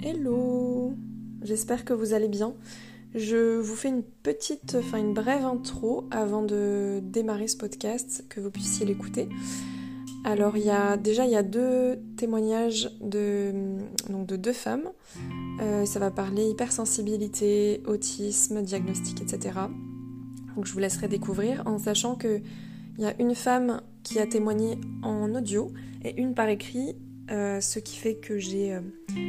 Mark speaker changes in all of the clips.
Speaker 1: Hello, j'espère que vous allez bien. Je vous fais une brève intro avant de démarrer ce podcast, que vous puissiez l'écouter. Alors il y a deux témoignages de deux femmes. Ça va parler hypersensibilité, autisme, diagnostic, etc. Donc je vous laisserai découvrir en sachant qu'il y a une femme qui a témoigné en audio et une par écrit, ce qui fait que j'ai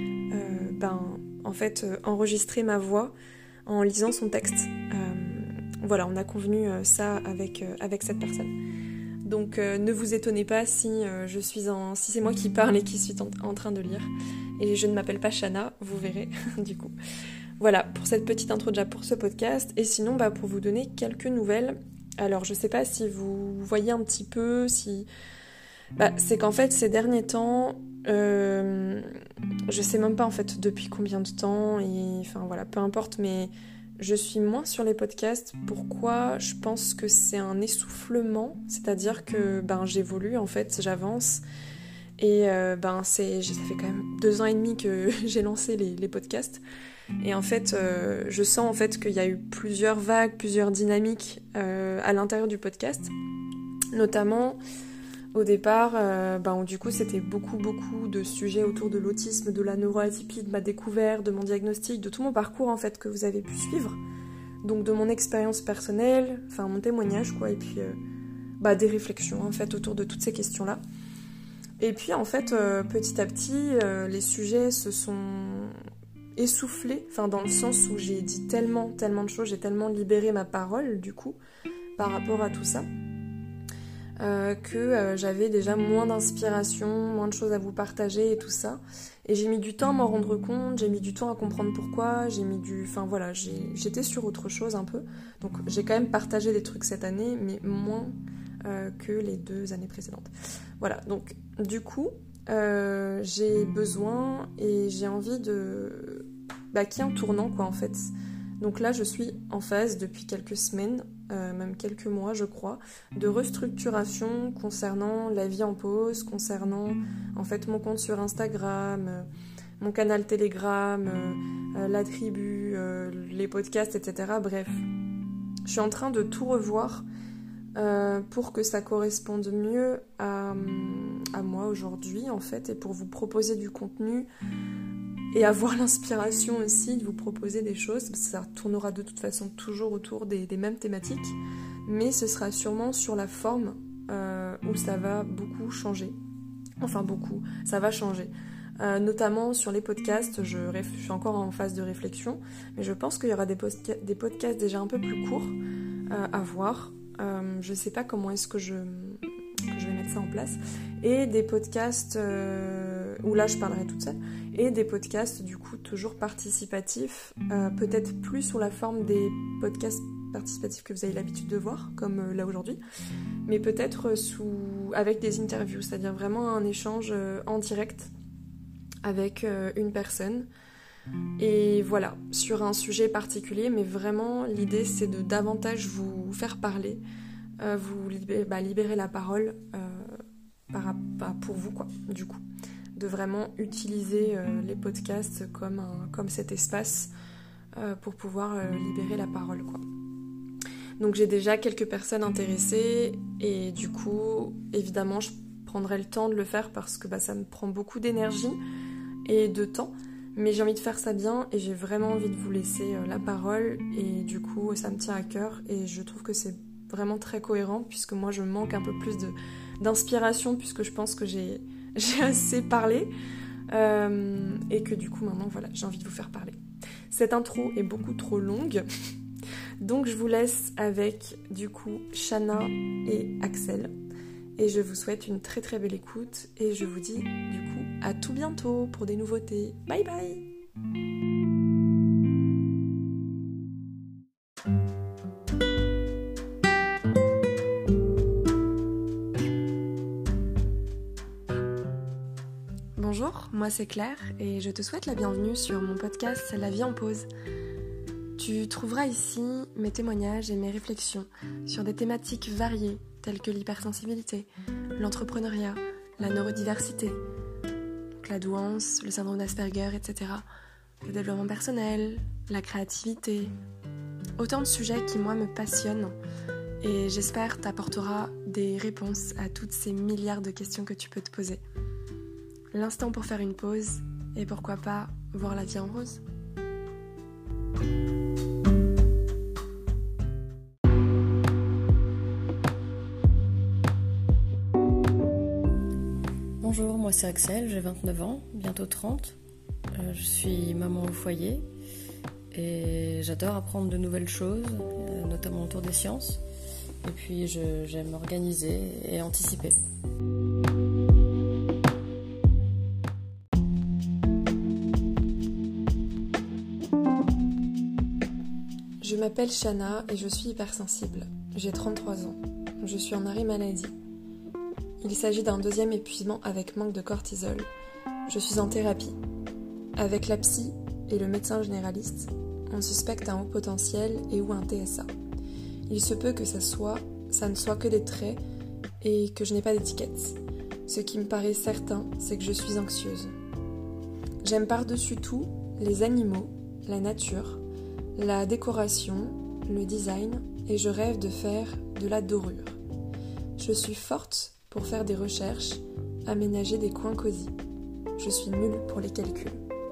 Speaker 1: enregistré ma voix en lisant son texte. On a convenu ça avec cette personne. Donc ne vous étonnez pas si c'est moi qui parle et qui suis en train de lire. Et je ne m'appelle pas Shana, vous verrez du coup. Voilà, pour cette petite intro déjà pour ce podcast. Et sinon, pour vous donner quelques nouvelles. Alors, je sais pas si vous voyez un petit peu, c'est qu'en fait, ces derniers temps, je sais même pas en fait depuis combien de temps, et peu importe, mais je suis moins sur les podcasts. Pourquoi ? Je pense que c'est un essoufflement, c'est-à-dire que j'évolue en fait, j'avance. Et ça fait quand même 2 ans et demi que j'ai lancé les podcasts. Et en fait, je sens en fait qu'il y a eu plusieurs vagues, plusieurs dynamiques à l'intérieur du podcast. Notamment, au départ, du coup, c'était beaucoup de sujets autour de l'autisme, de la neuroatypie, de ma découverte, de mon diagnostic, de tout mon parcours en fait que vous avez pu suivre. Donc de mon expérience personnelle, mon témoignage quoi, et puis des réflexions en fait autour de toutes ces questions-là. Et puis en fait, petit à petit, les sujets se sont essoufflés, dans le sens où j'ai dit tellement de choses, j'ai tellement libéré ma parole du coup par rapport à tout ça, que j'avais déjà moins d'inspiration, moins de choses à vous partager et tout ça. Et j'ai mis du temps à m'en rendre compte, j'ai mis du temps à comprendre pourquoi, j'étais sur autre chose un peu. Donc j'ai quand même partagé des trucs cette année, mais moins que les 2 années précédentes. Voilà, donc du coup, j'ai besoin et j'ai envie de... qu'il y ait un tournant quoi en fait. Donc là, je suis en phase depuis quelques semaines, même quelques mois je crois, de restructuration concernant la vie en pause, concernant en fait mon compte sur Instagram, mon canal Telegram, la tribu, les podcasts, etc. Bref, je suis en train de tout revoir pour que ça corresponde mieux à moi aujourd'hui en fait, et pour vous proposer du contenu et avoir l'inspiration aussi de vous proposer des choses. Ça tournera de toute façon toujours autour des mêmes thématiques, mais ce sera sûrement sur la forme où ça va beaucoup changer. Ça va changer. Notamment sur les podcasts, je suis encore en phase de réflexion, mais je pense qu'il y aura des podcasts déjà un peu plus courts à voir. Je sais pas comment est-ce que je vais mettre ça en place, et des podcasts où là je parlerai toute seule, et des podcasts du coup toujours participatifs, peut-être plus sous la forme des podcasts participatifs que vous avez l'habitude de voir, comme là aujourd'hui, mais peut-être avec des interviews, c'est-à-dire vraiment un échange en direct avec une personne. Et voilà, sur un sujet particulier, mais vraiment l'idée c'est de davantage vous faire parler, vous libérer la parole pour vous quoi, du coup. De vraiment utiliser les podcasts comme cet espace pour pouvoir libérer la parole quoi. Donc j'ai déjà quelques personnes intéressées, et du coup évidemment je prendrai le temps de le faire parce que ça me prend beaucoup d'énergie et de temps. Mais j'ai envie de faire ça bien et j'ai vraiment envie de vous laisser la parole, et du coup ça me tient à cœur et je trouve que c'est vraiment très cohérent, puisque moi je manque un peu plus d'inspiration, puisque je pense que j'ai assez parlé et que du coup maintenant voilà, j'ai envie de vous faire parler. Cette intro est beaucoup trop longue donc je vous laisse avec du coup Shana et Axel. Et je vous souhaite une très très belle écoute, et je vous dis du coup à tout bientôt pour des nouveautés. Bye bye. Bonjour, moi c'est Claire et je te souhaite la bienvenue sur mon podcast La vie en pause. Tu trouveras ici mes témoignages et mes réflexions sur des thématiques variées telles que l'hypersensibilité, l'entrepreneuriat, la neurodiversité, la douance, le syndrome d'Asperger, etc. le développement personnel, la créativité. Autant de sujets qui, moi, me passionnent et j'espère t'apportera des réponses à toutes ces milliards de questions que tu peux te poser. L'instant pour faire une pause et pourquoi pas voir la vie en rose.
Speaker 2: Bonjour, moi c'est Axel, j'ai 29 ans, bientôt 30. Je suis maman au foyer et j'adore apprendre de nouvelles choses, notamment autour des sciences. Et puis j'aime organiser et anticiper.
Speaker 1: Je m'appelle Shana et je suis hypersensible. J'ai 33 ans. Je suis en arrêt maladie. Il s'agit d'un deuxième épuisement avec manque de cortisol. Je suis en thérapie. Avec la psy et le médecin généraliste, on suspecte un haut potentiel et ou un TSA. Il se peut que ça ne soit que des traits et que je n'ai pas d'étiquette. Ce qui me paraît certain, c'est que je suis anxieuse. J'aime par-dessus tout les animaux, la nature, la décoration, le design et je rêve de faire de la dorure. Je suis forte pour faire des recherches, aménager des coins cosy. Je suis nulle pour les calculs.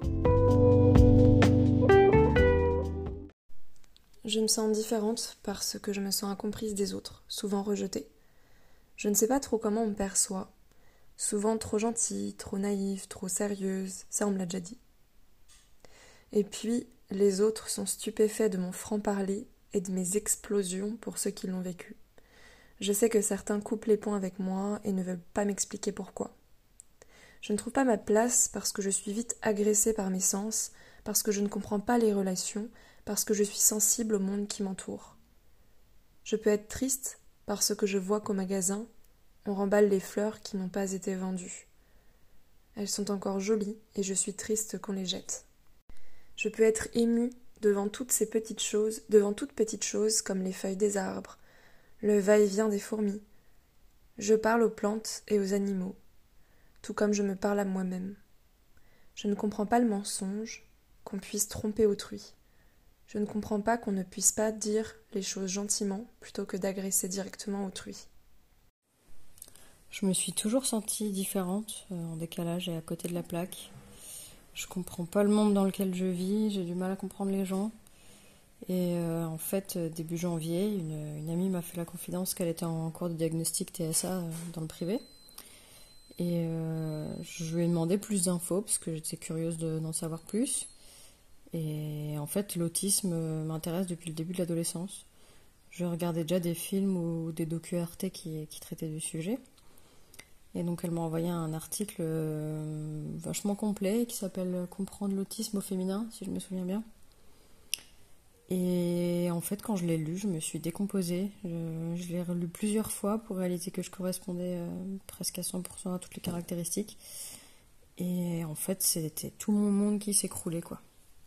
Speaker 1: Je me sens différente parce que je me sens incomprise des autres, souvent rejetée. Je ne sais pas trop comment on me perçoit. Souvent trop gentille, trop naïve, trop sérieuse, ça on me l'a déjà dit. Et puis, les autres sont stupéfaits de mon franc-parler et de mes explosions pour ceux qui l'ont vécu. Je sais que certains coupent les ponts avec moi et ne veulent pas m'expliquer pourquoi. Je ne trouve pas ma place parce que je suis vite agressée par mes sens, parce que je ne comprends pas les relations, parce que je suis sensible au monde qui m'entoure. Je peux être triste parce que je vois qu'au magasin, on remballe les fleurs qui n'ont pas été vendues. Elles sont encore jolies et je suis triste qu'on les jette. Je peux être émue devant toutes petites choses comme les feuilles des arbres, le va-et-vient des fourmis. Je parle aux plantes et aux animaux, tout comme je me parle à moi-même. Je ne comprends pas le mensonge, qu'on puisse tromper autrui. Je ne comprends pas qu'on ne puisse pas dire les choses gentiment plutôt que d'agresser directement autrui.
Speaker 2: Je me suis toujours sentie différente, en décalage et à côté de la plaque. Je comprends pas le monde dans lequel je vis, j'ai du mal à comprendre les gens. Et en fait, début janvier, une amie m'a fait la confidence qu'elle était en cours de diagnostic TSA dans le privé. Et je lui ai demandé plus d'infos parce que j'étais curieuse d'en savoir plus. Et en fait, l'autisme m'intéresse depuis le début de l'adolescence. Je regardais déjà des films ou des docu-RT qui traitaient du sujet. Et donc elle m'a envoyé un article vachement complet qui s'appelle « Comprendre l'autisme au féminin », si je me souviens bien. Et en fait, quand je l'ai lu, je me suis décomposée. Je l'ai relu plusieurs fois pour réaliser que je correspondais presque à 100% à toutes les caractéristiques. Et en fait, c'était tout mon monde qui s'écroulait, quoi.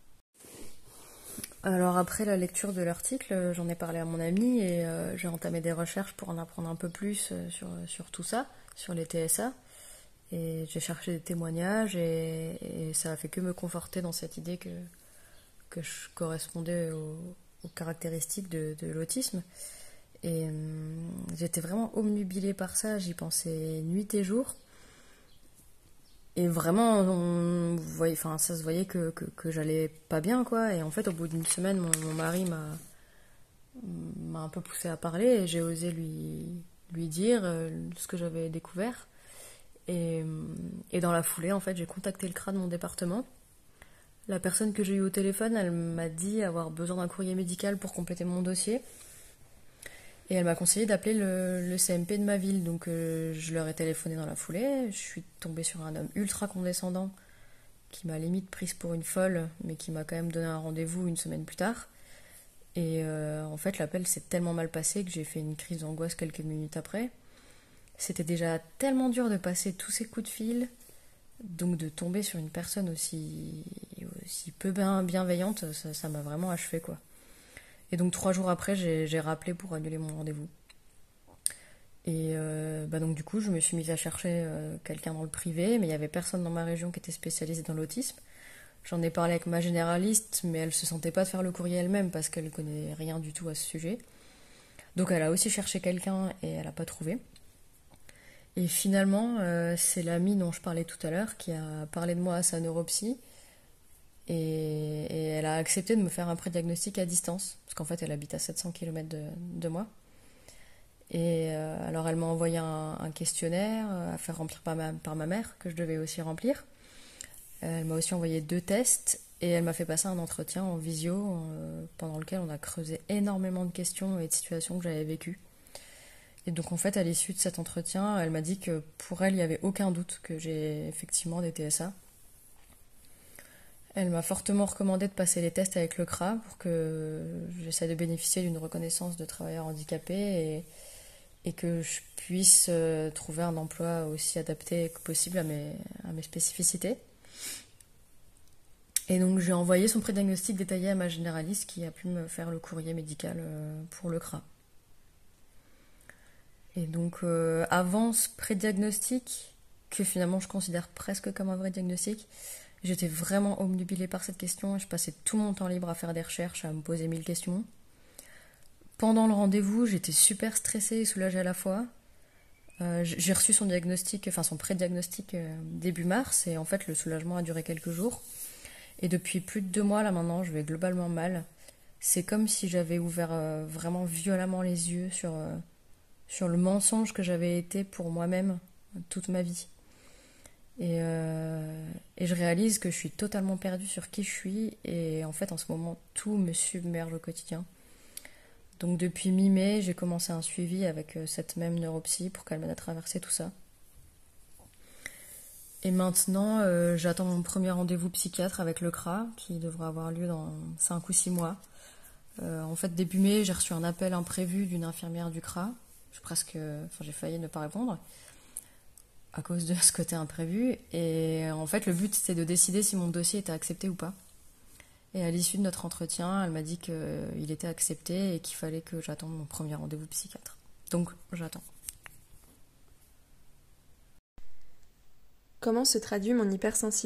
Speaker 2: Alors après la lecture de l'article, j'en ai parlé à mon ami et j'ai entamé des recherches pour en apprendre un peu plus sur tout ça, sur les TSA. Et j'ai cherché des témoignages et ça a fait que me conforter dans cette idée que je correspondais aux caractéristiques de l'autisme. Et j'étais vraiment obnubilée par ça, j'y pensais nuit et jour. Et vraiment, ça se voyait que j'allais pas bien, quoi. Et en fait, au bout d'une semaine, mon mari m'a un peu poussée à parler et j'ai osé lui dire ce que j'avais découvert. Et dans la foulée, en fait, j'ai contacté le CRA de mon département. La personne que j'ai eue au téléphone, elle m'a dit avoir besoin d'un courrier médical pour compléter mon dossier. Et elle m'a conseillé d'appeler le CMP de ma ville. Donc je leur ai téléphoné dans la foulée. Je suis tombée sur un homme ultra condescendant qui m'a limite prise pour une folle, mais qui m'a quand même donné un rendez-vous une semaine plus tard. Et en fait, l'appel s'est tellement mal passé que j'ai fait une crise d'angoisse quelques minutes après. C'était déjà tellement dur de passer tous ces coups de fil, donc de tomber sur une personne aussi peu bienveillante, ça m'a vraiment achevé, quoi. Et donc 3 jours après, j'ai rappelé pour annuler mon rendez-vous. Et donc du coup, je me suis mise à chercher quelqu'un dans le privé, mais il n'y avait personne dans ma région qui était spécialisé dans l'autisme. J'en ai parlé avec ma généraliste, mais elle se sentait pas de faire le courrier elle-même parce qu'elle connaît rien du tout à ce sujet. Donc elle a aussi cherché quelqu'un et elle a pas trouvé. Et finalement, c'est l'amie dont je parlais tout à l'heure qui a parlé de moi à sa neuropsy et elle a accepté de me faire un pré-diagnostic à distance parce qu'en fait elle habite à 700 km de moi. Et alors elle m'a envoyé un questionnaire à faire remplir par ma mère que je devais aussi remplir. Elle m'a aussi envoyé 2 tests et elle m'a fait passer un entretien en visio pendant lequel on a creusé énormément de questions et de situations que j'avais vécues. Et donc en fait à l'issue de cet entretien, elle m'a dit que pour elle il n'y avait aucun doute que j'ai effectivement des TSA. Elle m'a fortement recommandé de passer les tests avec le CRA pour que j'essaie de bénéficier d'une reconnaissance de travailleur handicapé et que je puisse trouver un emploi aussi adapté que possible à mes spécificités. Et donc j'ai envoyé son pré-diagnostic détaillé à ma généraliste qui a pu me faire le courrier médical pour le CRA. Et donc avant ce pré-diagnostic, que finalement je considère presque comme un vrai diagnostic, j'étais vraiment obnubilée par cette question et je passais tout mon temps libre à faire des recherches, à me poser 1000 questions. Pendant le rendez-vous, j'étais super stressée et soulagée à la fois. J'ai reçu son diagnostic, enfin son pré-diagnostic début mars et en fait le soulagement a duré quelques jours. Et depuis plus de 2 mois là maintenant, je vais globalement mal. C'est comme si j'avais ouvert vraiment violemment les yeux sur le mensonge que j'avais été pour moi-même toute ma vie. Et je réalise que je suis totalement perdue sur qui je suis et en fait en ce moment tout me submerge au quotidien. Donc depuis mi-mai, j'ai commencé un suivi avec cette même neuropsy pour qu'elle m'aide à traverser tout ça. Et maintenant, j'attends mon premier rendez-vous psychiatre avec le CRA qui devrait avoir lieu dans 5 ou 6 mois. En fait, début mai, j'ai reçu un appel imprévu d'une infirmière du CRA. J'ai failli ne pas répondre à cause de ce côté imprévu. Et en fait, le but, c'était de décider si mon dossier était accepté ou pas. Et à l'issue de notre entretien, elle m'a dit qu'il était accepté et qu'il fallait que j'attende mon premier rendez-vous psychiatre. Donc, j'attends.
Speaker 1: Comment se traduit mon hypersensibilité ?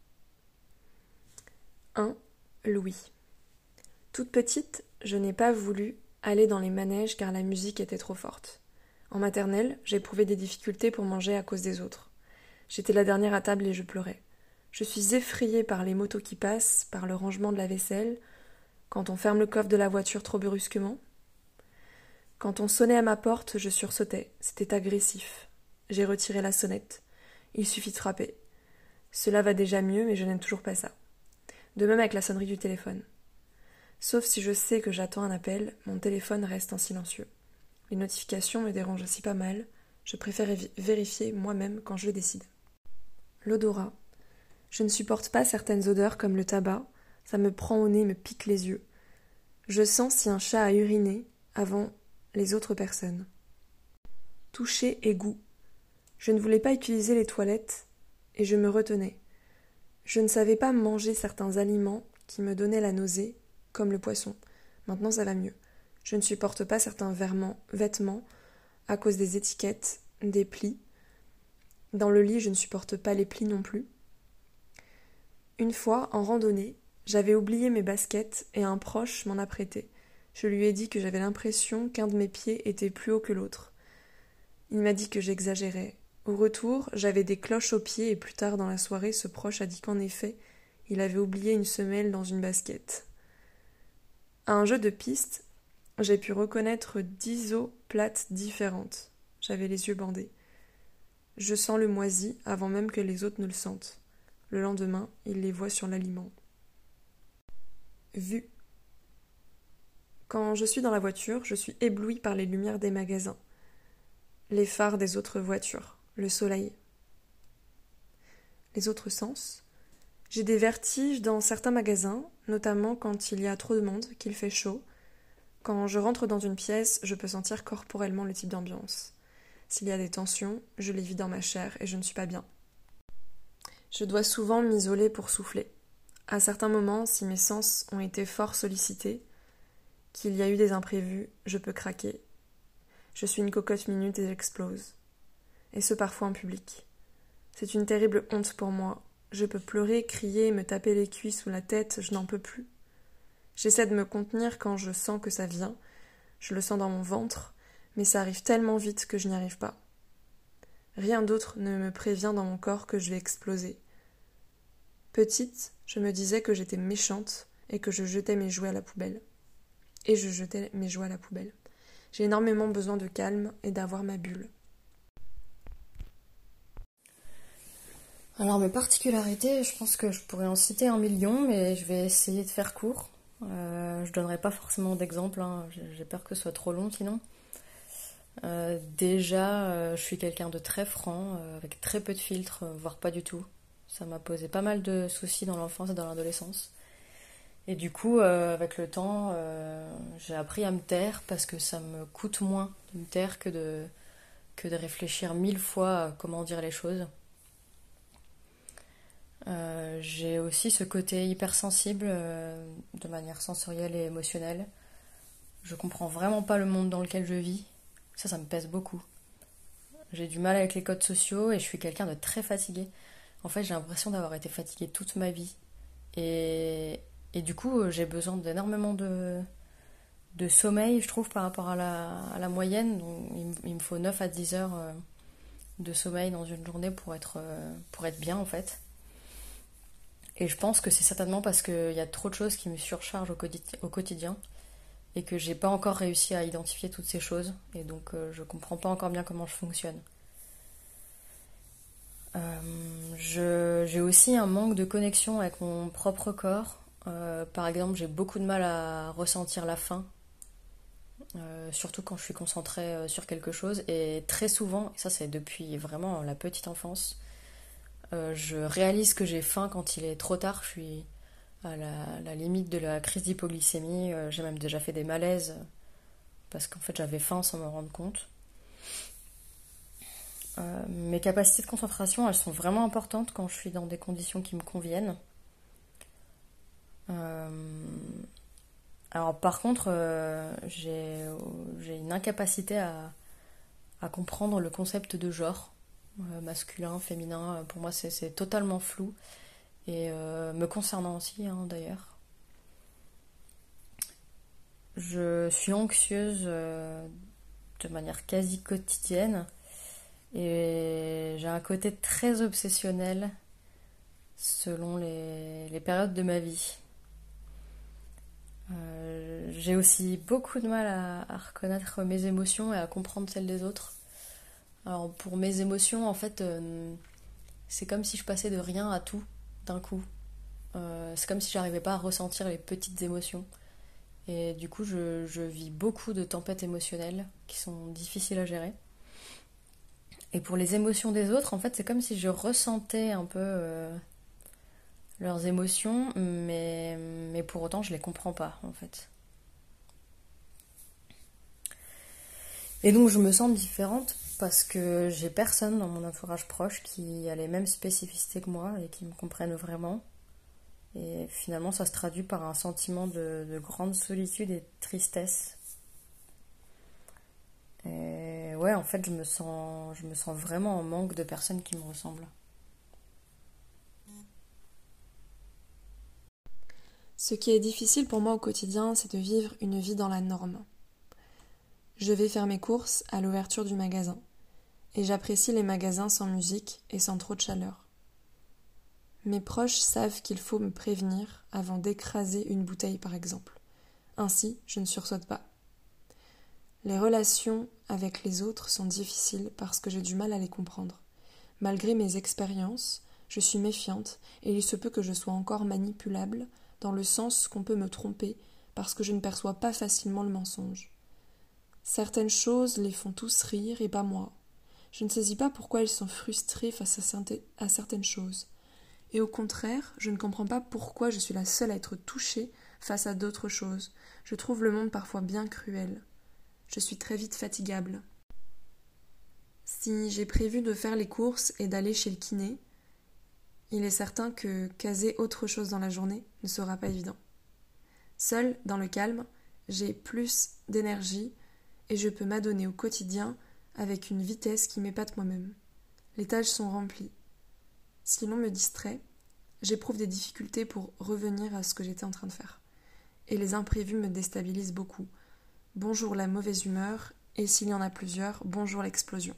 Speaker 1: 1. Louis. Toute petite, je n'ai pas voulu aller dans les manèges car la musique était trop forte. En maternelle, j'éprouvais des difficultés pour manger à cause des autres. J'étais la dernière à table et je pleurais. Je suis effrayée par les motos qui passent, par le rangement de la vaisselle, quand on ferme le coffre de la voiture trop brusquement. Quand on sonnait à ma porte, je sursautais. C'était agressif. J'ai retiré la sonnette. Il suffit de frapper. Cela va déjà mieux, mais je n'aime toujours pas ça. De même avec la sonnerie du téléphone. Sauf si je sais que j'attends un appel, mon téléphone reste en silencieux. Les notifications me dérangent aussi pas mal. Je préfère vérifier moi-même quand je le décide. L'odorat. Je ne supporte pas certaines odeurs comme le tabac. Ça me prend au nez, me pique les yeux. Je sens si un chat a uriné avant les autres personnes. Toucher et goût. Je ne voulais pas utiliser les toilettes et je me retenais. Je ne savais pas manger certains aliments qui me donnaient la nausée, comme le poisson. Maintenant ça va mieux. Je ne supporte pas certains vêtements à cause des étiquettes, des plis. Dans le lit, je ne supporte pas les plis non plus. Une fois, en randonnée, j'avais oublié mes baskets et un proche m'en a prêté. Je lui ai dit que j'avais l'impression qu'un de mes pieds était plus haut que l'autre. Il m'a dit que j'exagérais. Au retour, j'avais des cloches aux pieds et plus tard dans la soirée, ce proche a dit qu'en effet, il avait oublié une semelle dans une basket. À un jeu de piste, j'ai pu reconnaître 10 eaux plates différentes. J'avais les yeux bandés. Je sens le moisi avant même que les autres ne le sentent. Le lendemain, il les voit sur l'aliment. Vue. Quand je suis dans la voiture, je suis éblouie par les lumières des magasins, les phares des autres voitures, le soleil. Les autres sens. J'ai des vertiges dans certains magasins, notamment quand il y a trop de monde, qu'il fait chaud. Quand je rentre dans une pièce, je peux sentir corporellement le type d'ambiance. S'il y a des tensions, je les vis dans ma chair et je ne suis pas bien. Je dois souvent m'isoler pour souffler. À certains moments, si mes sens ont été fort sollicités, qu'il y a eu des imprévus, je peux craquer. Je suis une cocotte minute et j'explose. Et ce parfois en public. C'est une terrible honte pour moi. Je peux pleurer, crier, me taper les cuisses ou la tête, je n'en peux plus. J'essaie de me contenir quand je sens que ça vient. Je le sens dans mon ventre, mais ça arrive tellement vite que je n'y arrive pas. Rien d'autre ne me prévient dans mon corps que je vais exploser. Petite, je me disais que j'étais méchante et que je jetais mes jouets à la poubelle. Et je jetais mes jouets à la poubelle. J'ai énormément besoin de calme et d'avoir ma bulle.
Speaker 2: Alors mes particularités, je pense que je pourrais en citer 1 million, mais je vais essayer de faire court. Je donnerai pas forcément d'exemple, hein. J'ai peur que ce soit trop long sinon. Déjà, je suis quelqu'un de très franc, avec très peu de filtres, voire pas du tout. Ça m'a posé pas mal de soucis dans l'enfance et dans l'adolescence. Et du coup, avec le temps, j'ai appris à me taire parce que ça me coûte moins de me taire que de réfléchir 1000 fois à comment dire les choses. J'ai aussi ce côté hypersensible de manière sensorielle et émotionnelle. Je comprends vraiment pas le monde dans lequel je vis. Ça me pèse beaucoup. J'ai du mal avec les codes sociaux et je suis quelqu'un de très fatigué. En fait, j'ai l'impression d'avoir été fatiguée toute ma vie. Et du coup, j'ai besoin d'énormément de sommeil, je trouve, par rapport à la moyenne. Donc, il me faut 9 à 10 heures de sommeil dans une journée pour être bien, en fait. Et je pense que c'est certainement parce qu'il y a trop de choses qui me surchargent au quotidien et que j'ai pas encore réussi à identifier toutes ces choses. Et donc, je comprends pas encore bien comment je fonctionne. J'ai aussi un manque de connexion avec mon propre corps. Par exemple, j'ai beaucoup de mal à ressentir la faim, surtout quand je suis concentrée sur quelque chose. Et très souvent, et ça c'est depuis vraiment la petite enfance, je réalise que j'ai faim quand il est trop tard. Je suis à la limite de la crise d'hypoglycémie. J'ai même déjà fait des malaises parce qu'en fait j'avais faim sans me rendre compte. Mes capacités de concentration, elles sont vraiment importantes quand je suis dans des conditions qui me conviennent. Alors par contre, j'ai une incapacité à comprendre le concept de genre, masculin, féminin. Pour moi, c'est totalement flou. Et me concernant aussi, hein, d'ailleurs. Je suis anxieuse de manière quasi quotidienne. Et j'ai un côté très obsessionnel selon les périodes de ma vie. J'ai aussi beaucoup de mal à reconnaître mes émotions et à comprendre celles des autres. Alors pour mes émotions, en fait, c'est comme si je passais de rien à tout d'un coup. C'est comme si j'arrivais pas à ressentir les petites émotions. Et du coup, je vis beaucoup de tempêtes émotionnelles qui sont difficiles à gérer. Et pour les émotions des autres, en fait, c'est comme si je ressentais un peu leurs émotions, mais pour autant, je les comprends pas, en fait. Et donc, je me sens différente parce que j'ai personne dans mon entourage proche qui a les mêmes spécificités que moi et qui me comprennent vraiment. Et finalement, ça se traduit par un sentiment de grande solitude et de tristesse. Et ouais, en fait, je me sens vraiment en manque de personnes qui me ressemblent.
Speaker 1: Ce qui est difficile pour moi au quotidien, c'est de vivre une vie dans la norme. Je vais faire mes courses à l'ouverture du magasin, et j'apprécie les magasins sans musique et sans trop de chaleur. Mes proches savent qu'il faut me prévenir avant d'écraser une bouteille par exemple. Ainsi, je ne sursaute pas. Les relations avec les autres sont difficiles parce que j'ai du mal à les comprendre. Malgré mes expériences, je suis méfiante et il se peut que je sois encore manipulable dans le sens qu'on peut me tromper parce que je ne perçois pas facilement le mensonge. Certaines choses les font tous rire et pas moi. Je ne saisis pas pourquoi ils sont frustrés face à certaines choses. Et au contraire, je ne comprends pas pourquoi je suis la seule à être touchée face à d'autres choses. Je trouve le monde parfois bien cruel. Je suis très vite fatigable. Si j'ai prévu de faire les courses et d'aller chez le kiné, il est certain que caser autre chose dans la journée ne sera pas évident. Seule, dans le calme, j'ai plus d'énergie et je peux m'adonner au quotidien avec une vitesse qui m'épate moi-même. Les tâches sont remplies. Si l'on me distrait, j'éprouve des difficultés pour revenir à ce que j'étais en train de faire. Et les imprévus me déstabilisent beaucoup. Bonjour la mauvaise humeur, et s'il y en a plusieurs, bonjour l'explosion.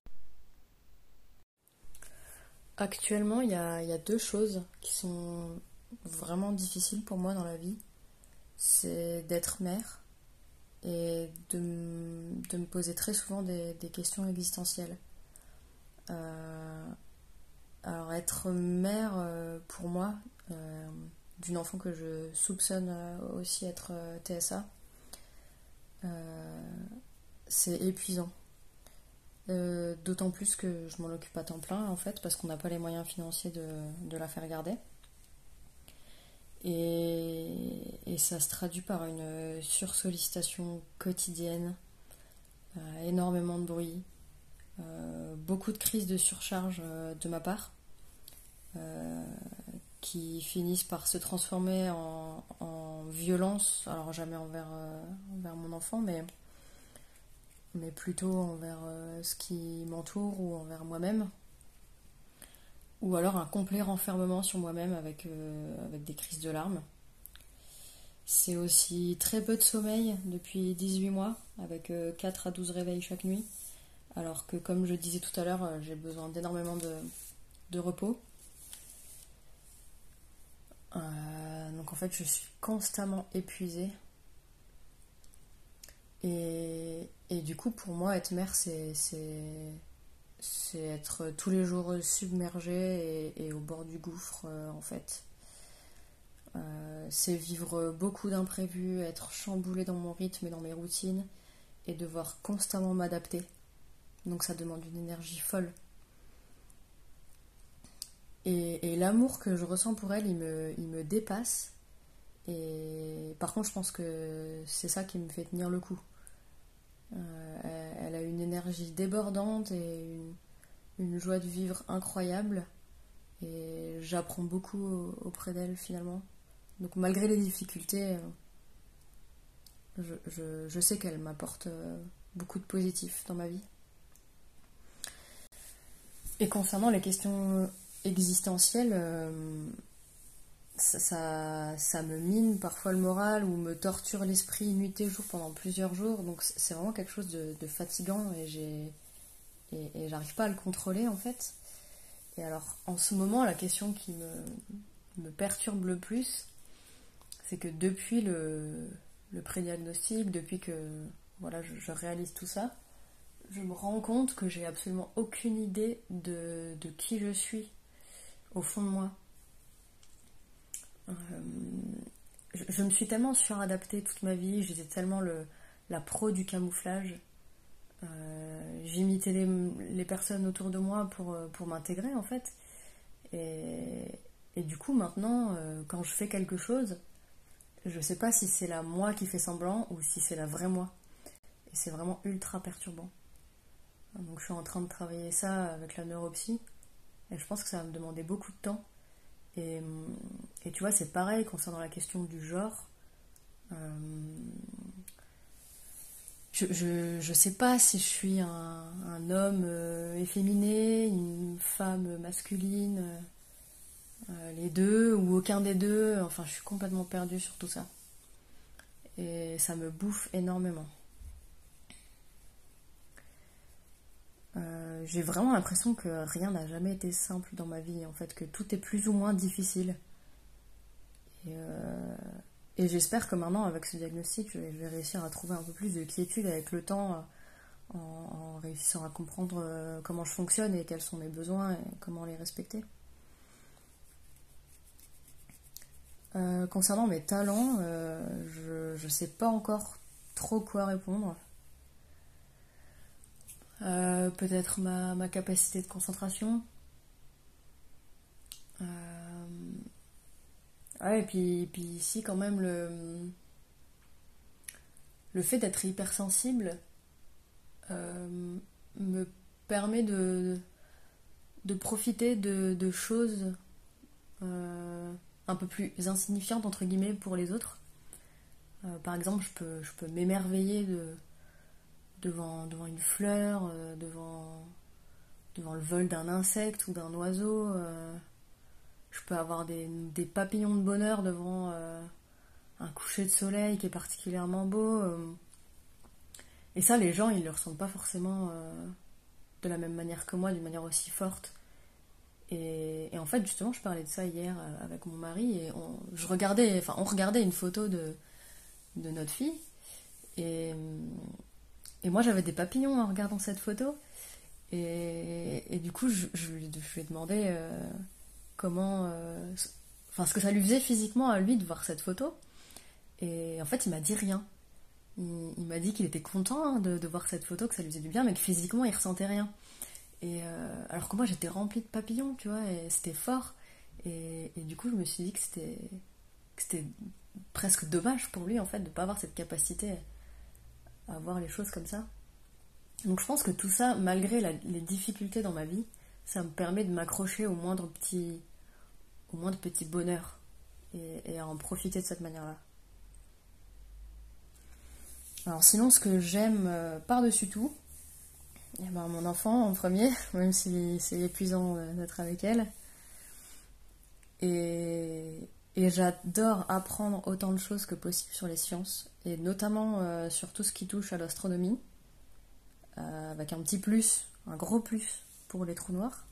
Speaker 2: Actuellement, il y a deux choses qui sont vraiment difficiles pour moi dans la vie. C'est d'être mère et de me poser très souvent des questions existentielles. Euh, alors être mère, pour moi, d'une enfant que je soupçonne aussi être TSA, c'est épuisant. D'autant plus que je m'en occupe à temps plein en fait parce qu'on n'a pas les moyens financiers de la faire garder. Et ça se traduit par une sursollicitation quotidienne, énormément de bruit, beaucoup de crises de surcharge de ma part, qui finissent par se transformer en violence, alors jamais envers mon enfant, mais plutôt envers ce qui m'entoure ou envers moi-même. Ou alors un complet renfermement sur moi-même avec des crises de larmes. C'est aussi très peu de sommeil depuis 18 mois, avec 4 à 12 réveils chaque nuit. Alors que comme je disais tout à l'heure, j'ai besoin d'énormément de repos. Donc en fait je suis constamment épuisée. Et du coup pour moi être mère c'est être tous les jours submergée et au bord du gouffre en fait. C'est vivre beaucoup d'imprévus, être chamboulée dans mon rythme et dans mes routines et devoir constamment m'adapter. Donc ça demande une énergie folle. Et l'amour que je ressens pour elle, il me dépasse. Et par contre, je pense que c'est ça qui me fait tenir le coup. Elle a une énergie débordante et une joie de vivre incroyable. Et j'apprends beaucoup auprès d'elle finalement. Donc malgré les difficultés, je sais qu'elle m'apporte beaucoup de positif dans ma vie. Et concernant les questions existentielles, ça me mine parfois le moral ou me torture l'esprit nuit et jour pendant plusieurs jours. Donc c'est vraiment quelque chose de fatigant et j'arrive pas à le contrôler en fait. Et alors en ce moment, la question qui me perturbe le plus, c'est que depuis le prédiagnostic, depuis que voilà, je réalise tout ça, je me rends compte que j'ai absolument aucune idée de qui je suis au fond de moi. Je me suis tellement suradaptée toute ma vie, j'étais tellement la pro du camouflage. J'imitais les personnes autour de moi pour m'intégrer en fait. Et du coup maintenant, quand je fais quelque chose, je sais pas si c'est la moi qui fait semblant ou si c'est la vraie moi. Et c'est vraiment ultra perturbant. Donc je suis en train de travailler ça avec la neuropsy. Et je pense que ça va me demander beaucoup de temps. Et tu vois, c'est pareil concernant la question du genre. Je sais pas si je suis un homme efféminé, une femme masculine, les deux ou aucun des deux. Enfin, je suis complètement perdue sur tout ça. Et ça me bouffe énormément. J'ai vraiment l'impression que rien n'a jamais été simple dans ma vie, en fait, que tout est plus ou moins difficile. Et j'espère que maintenant, avec ce diagnostic, je vais réussir à trouver un peu plus de quiétude avec le temps, en réussissant à comprendre comment je fonctionne et quels sont mes besoins et comment les respecter. Concernant mes talents, je sais pas encore trop quoi répondre. Peut-être ma capacité de concentration. Ouais, et puis ici quand même le fait d'être hypersensible me permet de profiter de choses un peu plus insignifiantes entre guillemets pour les autres. Par exemple, je peux m'émerveiller devant une fleur, devant le vol d'un insecte ou d'un oiseau. Je peux avoir des papillons de bonheur devant un coucher de soleil qui est particulièrement beau. Et ça, les gens, ils le ressentent pas forcément de la même manière que moi, d'une manière aussi forte. Et en fait, justement, je parlais de ça hier avec mon mari et on regardait une photo de notre fille. Et moi, j'avais des papillons en regardant cette photo. Et du coup, je lui ai demandé comment... ce que ça lui faisait physiquement à lui de voir cette photo. Et en fait, il m'a dit rien. Il m'a dit qu'il était content de voir cette photo, que ça lui faisait du bien, mais que physiquement, il ressentait rien. Et alors que moi, j'étais remplie de papillons, tu vois, et c'était fort. Et du coup, je me suis dit que c'était presque dommage pour lui, en fait, de ne pas avoir cette capacité à voir les choses comme ça. Donc je pense que tout ça, malgré les difficultés dans ma vie, ça me permet de m'accrocher au moindre petit bonheur et à en profiter de cette manière-là. Alors sinon, ce que j'aime par-dessus tout, mon enfant en premier, même si c'est épuisant d'être avec elle. Et j'adore apprendre autant de choses que possible sur les sciences, et notamment sur tout ce qui touche à l'astronomie, avec un petit plus, un gros plus pour les trous noirs,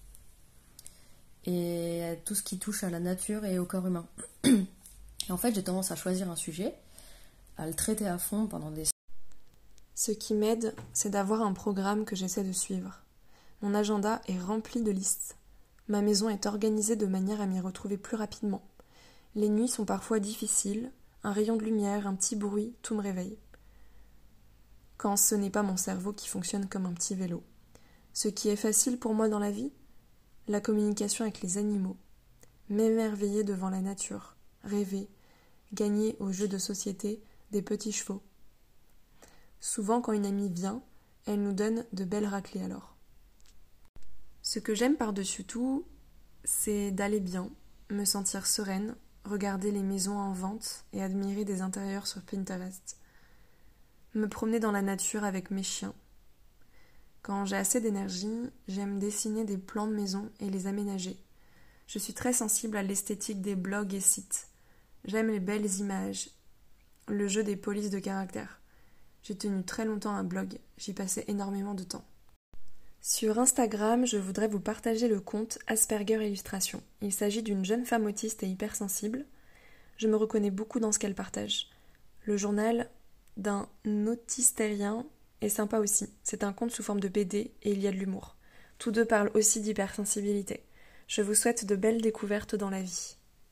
Speaker 2: et tout ce qui touche à la nature et au corps humain. Et en fait, j'ai tendance à choisir un sujet, à le traiter à fond pendant des...
Speaker 1: Ce qui m'aide, c'est d'avoir un programme que j'essaie de suivre. Mon agenda est rempli de listes. Ma maison est organisée de manière à m'y retrouver plus rapidement. Les nuits sont parfois difficiles, un rayon de lumière, un petit bruit, tout me réveille. Quand ce n'est pas mon cerveau qui fonctionne comme un petit vélo. Ce qui est facile pour moi dans la vie, la communication avec les animaux, m'émerveiller devant la nature, rêver, gagner au jeu de société des petits chevaux. Souvent, quand une amie vient, elle nous donne de belles raclées alors. Ce que j'aime par-dessus tout, c'est d'aller bien, me sentir sereine, regarder les maisons en vente et admirer des intérieurs sur Pinterest. Me promener dans la nature avec mes chiens. Quand j'ai assez d'énergie, j'aime dessiner des plans de maison et les aménager. Je suis très sensible à l'esthétique des blogs et sites. J'aime les belles images, le jeu des polices de caractère. J'ai tenu très longtemps un blog, j'y passais énormément de temps. Sur Instagram, je voudrais vous partager le compte Asperger Illustration. Il s'agit d'une jeune femme autiste et hypersensible. Je me reconnais beaucoup dans ce qu'elle partage. Le journal d'un autistérien est sympa aussi. C'est un conte sous forme de BD et il y a de l'humour. Tous deux parlent aussi d'hypersensibilité. Je vous souhaite de belles découvertes dans la vie.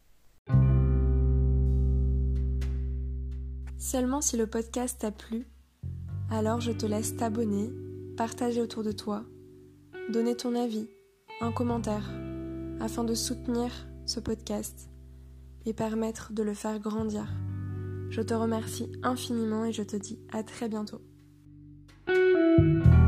Speaker 1: Seulement si le podcast t'a plu, alors je te laisse t'abonner, partager autour de toi, donner ton avis, un commentaire, afin de soutenir ce podcast et permettre de le faire grandir. Je te remercie infiniment et je te dis à très bientôt.